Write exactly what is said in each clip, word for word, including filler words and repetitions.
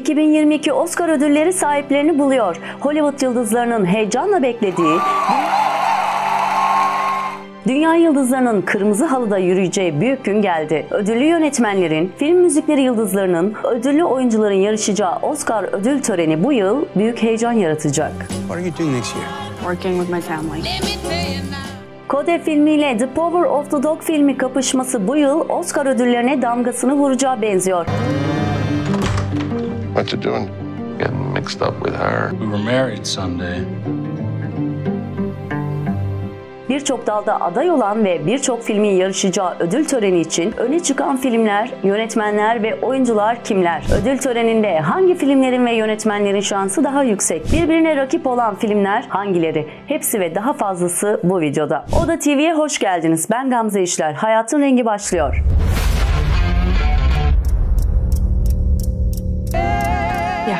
iki bin yirmi iki Oscar ödülleri sahiplerini buluyor. Hollywood yıldızlarının heyecanla beklediği, dünya yıldızlarının kırmızı halıda yürüyeceği büyük gün geldi. Ödüllü yönetmenlerin, film müzikleri yıldızlarının, ödüllü oyuncuların yarışacağı Oscar ödül töreni bu yıl büyük heyecan yaratacak. What are you doing next year? Working with my family. Coda filmiyle The Power of the Dog filmi kapışması bu yıl Oscar ödüllerine damgasını vuracağı benziyor. What you doing? Getting mixed up with her. We were married someday. Birçok dalda aday olan ve birçok filmin yarışacağı ödül töreni için öne çıkan filmler, yönetmenler ve oyuncular kimler? Ödül töreninde hangi filmlerin ve yönetmenlerin şansı daha yüksek? Birbirine rakip olan filmler hangileri? Hepsi ve daha fazlası bu videoda. Oda T V'ye hoş geldiniz. Ben Gamze İşler. Hayatın Rengi başlıyor. Yeah.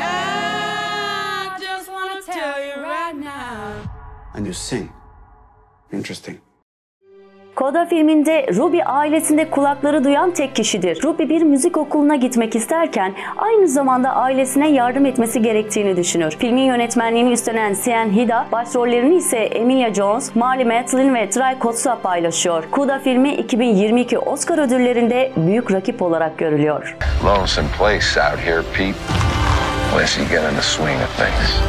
And you sing. Interesting. Coda filminde Ruby ailesinde kulakları duyan tek kişidir. Ruby bir müzik okuluna gitmek isterken aynı zamanda ailesine yardım etmesi gerektiğini düşünür. Filmin yönetmenliğini üstlenen Sian Hida, başrollerini ise Emilia Jones, Marlee Matlin ve Trey Kotsa paylaşıyor. Coda filmi iki bin yirmi iki Oscar ödüllerinde büyük rakip olarak görülüyor. Lonesome place out here, Pete. Unless you get in the swing of things.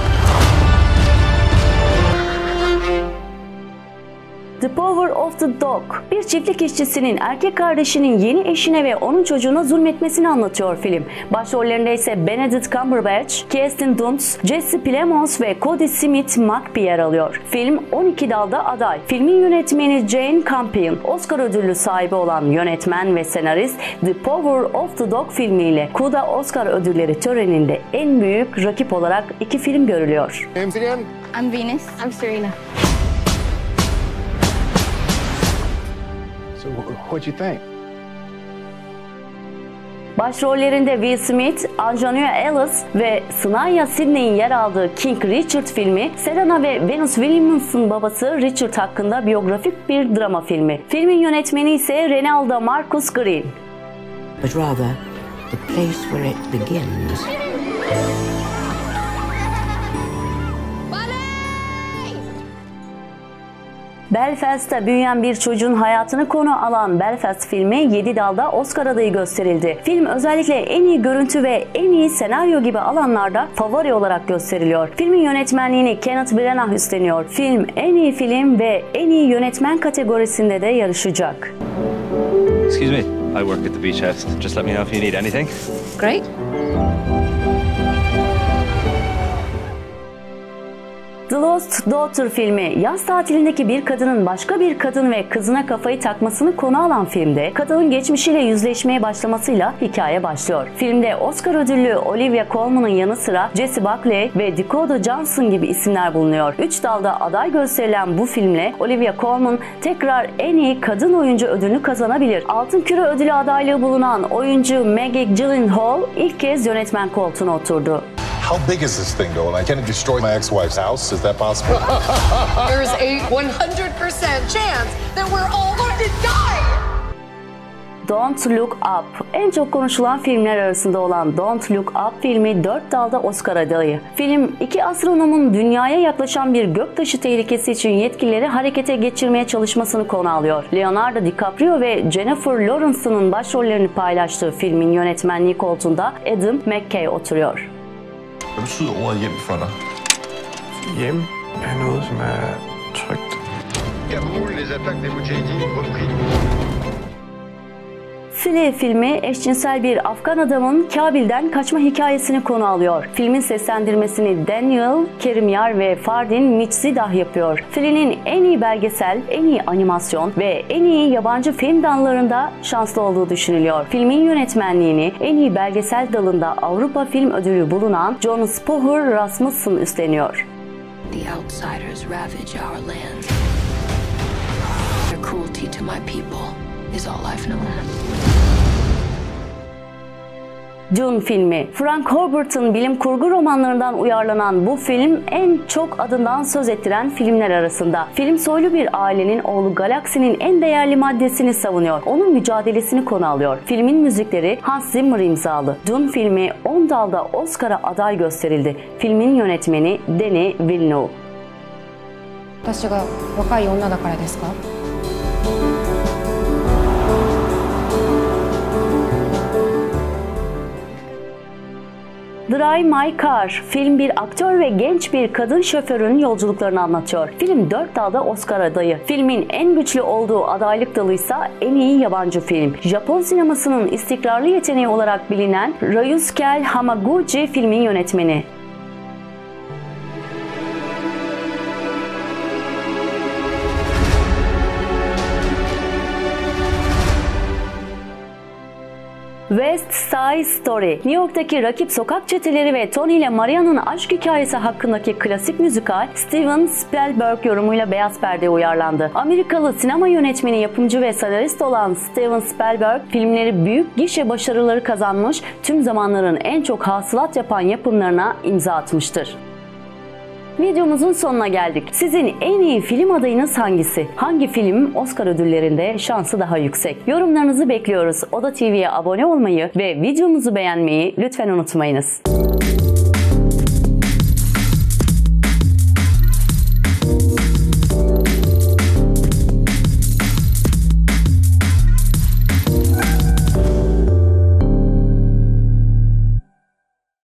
The Power of the Dog, bir çiftlik işçisinin erkek kardeşinin yeni eşine ve onun çocuğuna zulmetmesini anlatıyor film. Başrollerinde ise Benedict Cumberbatch, Kirsten Dunst, Jesse Plemons ve Cody Smith McPhee yer alıyor. Film on iki dalda aday. Filmin yönetmeni Jane Campion, Oscar ödüllü sahibi olan yönetmen ve senarist The Power of the Dog filmiyle Coda Oscar ödülleri töreninde en büyük rakip olarak iki film görülüyor. Name's again? I'm Venus. I'm Serena. So, what'd you think? Başrollerinde Will Smith, Anjanaea Ellis ve Sınaya Sidney'in yer aldığı King Richard filmi, Serena ve Venus Williams'ın babası Richard hakkında biyografik bir drama filmi. Filmin yönetmeni ise Renaldo Marcus Green. But rather, the place where it begins. Belfast'ta büyüyen bir çocuğun hayatını konu alan Belfast filmi yedi dalda Oscar adayı gösterildi. Film özellikle en iyi görüntü ve en iyi senaryo gibi alanlarda favori olarak gösteriliyor. Filmin yönetmenliğini Kenneth Branagh üstleniyor. Film en iyi film ve en iyi yönetmen kategorisinde de yarışacak. Excuse me, I work at the Beach House. Just let me know if you need anything. Great. The Lost Daughter filmi, yaz tatilindeki bir kadının başka bir kadın ve kızına kafayı takmasını konu alan filmde kadının geçmişiyle yüzleşmeye başlamasıyla hikaye başlıyor. Filmde Oscar ödüllü Olivia Colman'ın yanı sıra Jessie Buckley ve Dakota Johnson gibi isimler bulunuyor. Üç dalda aday gösterilen bu filmle Olivia Colman tekrar en iyi kadın oyuncu ödülünü kazanabilir. Altın Küre ödülü adaylığı bulunan oyuncu Maggie Gyllenhaal ilk kez yönetmen koltuğuna oturdu. How big is this thing though? And I can't destroy my ex-wife's house? Is that possible? There's a one hundred percent chance that we're all going to die! Don't Look Up, en çok konuşulan filmler arasında olan Don't Look Up filmi dört dalda Oscar adayı. Film, iki astronomun dünyaya yaklaşan bir göktaşı tehlikesi için yetkilileri harekete geçirmeye çalışmasını konu alıyor. Leonardo DiCaprio ve Jennifer Lawrence'ın başrollerini paylaştığı filmin yönetmenliği koltuğunda Adam McKay oturuyor. Er du sød over hjem fra dig? Hjem er noget, som er trygt. Kaboul, les attaques des Moudjahidines repris. File filmi eşcinsel bir Afgan adamın Kabil'den kaçma hikayesini konu alıyor. Filmin seslendirmesini Daniel Kerimyar ve Fardin Mitsidah yapıyor. File'nin en iyi belgesel, en iyi animasyon ve en iyi yabancı film dallarında şanslı olduğu düşünülüyor. Filmin yönetmenliğini en iyi belgesel dalında Avrupa Film Ödülü bulunan Jonas Poher Rasmussen üstleniyor. The outsiders ravage our land. Their cruelty to my people is all I've known. Dune filmi. Frank Herbert'ın bilim kurgu romanlarından uyarlanan bu film en çok adından söz ettiren filmler arasında. Film soylu bir ailenin oğlu galaksinin en değerli maddesini savunuyor. Onun mücadelesini konu alıyor. Filmin müzikleri Hans Zimmer imzalı. Dune filmi on dalda Oscar'a aday gösterildi. Filmin yönetmeni Denis Villeneuve. 私が若い女だからですか? Drive My Car, film bir aktör ve genç bir kadın şoförün yolculuklarını anlatıyor. Film dört dalda Oscar adayı. Filmin en güçlü olduğu adaylık dalıysa en iyi yabancı film. Japon sinemasının istikrarlı yeteneği olarak bilinen Ryusuke Hamaguchi filmin yönetmeni. West Side Story, New York'taki rakip sokak çeteleri ve Tony ile Maria'nın aşk hikayesi hakkındaki klasik müzikal Steven Spielberg yorumuyla beyaz perdeye uyarlandı. Amerikalı sinema yönetmeni, yapımcı ve senarist olan Steven Spielberg, filmleri büyük gişe başarıları kazanmış, tüm zamanların en çok hasılat yapan yapımlarına imza atmıştır. Videomuzun sonuna geldik. Sizin en iyi film adayınız hangisi? Hangi film Oscar ödüllerinde şansı daha yüksek? Yorumlarınızı bekliyoruz. Oda T V'ye abone olmayı ve videomuzu beğenmeyi lütfen unutmayınız.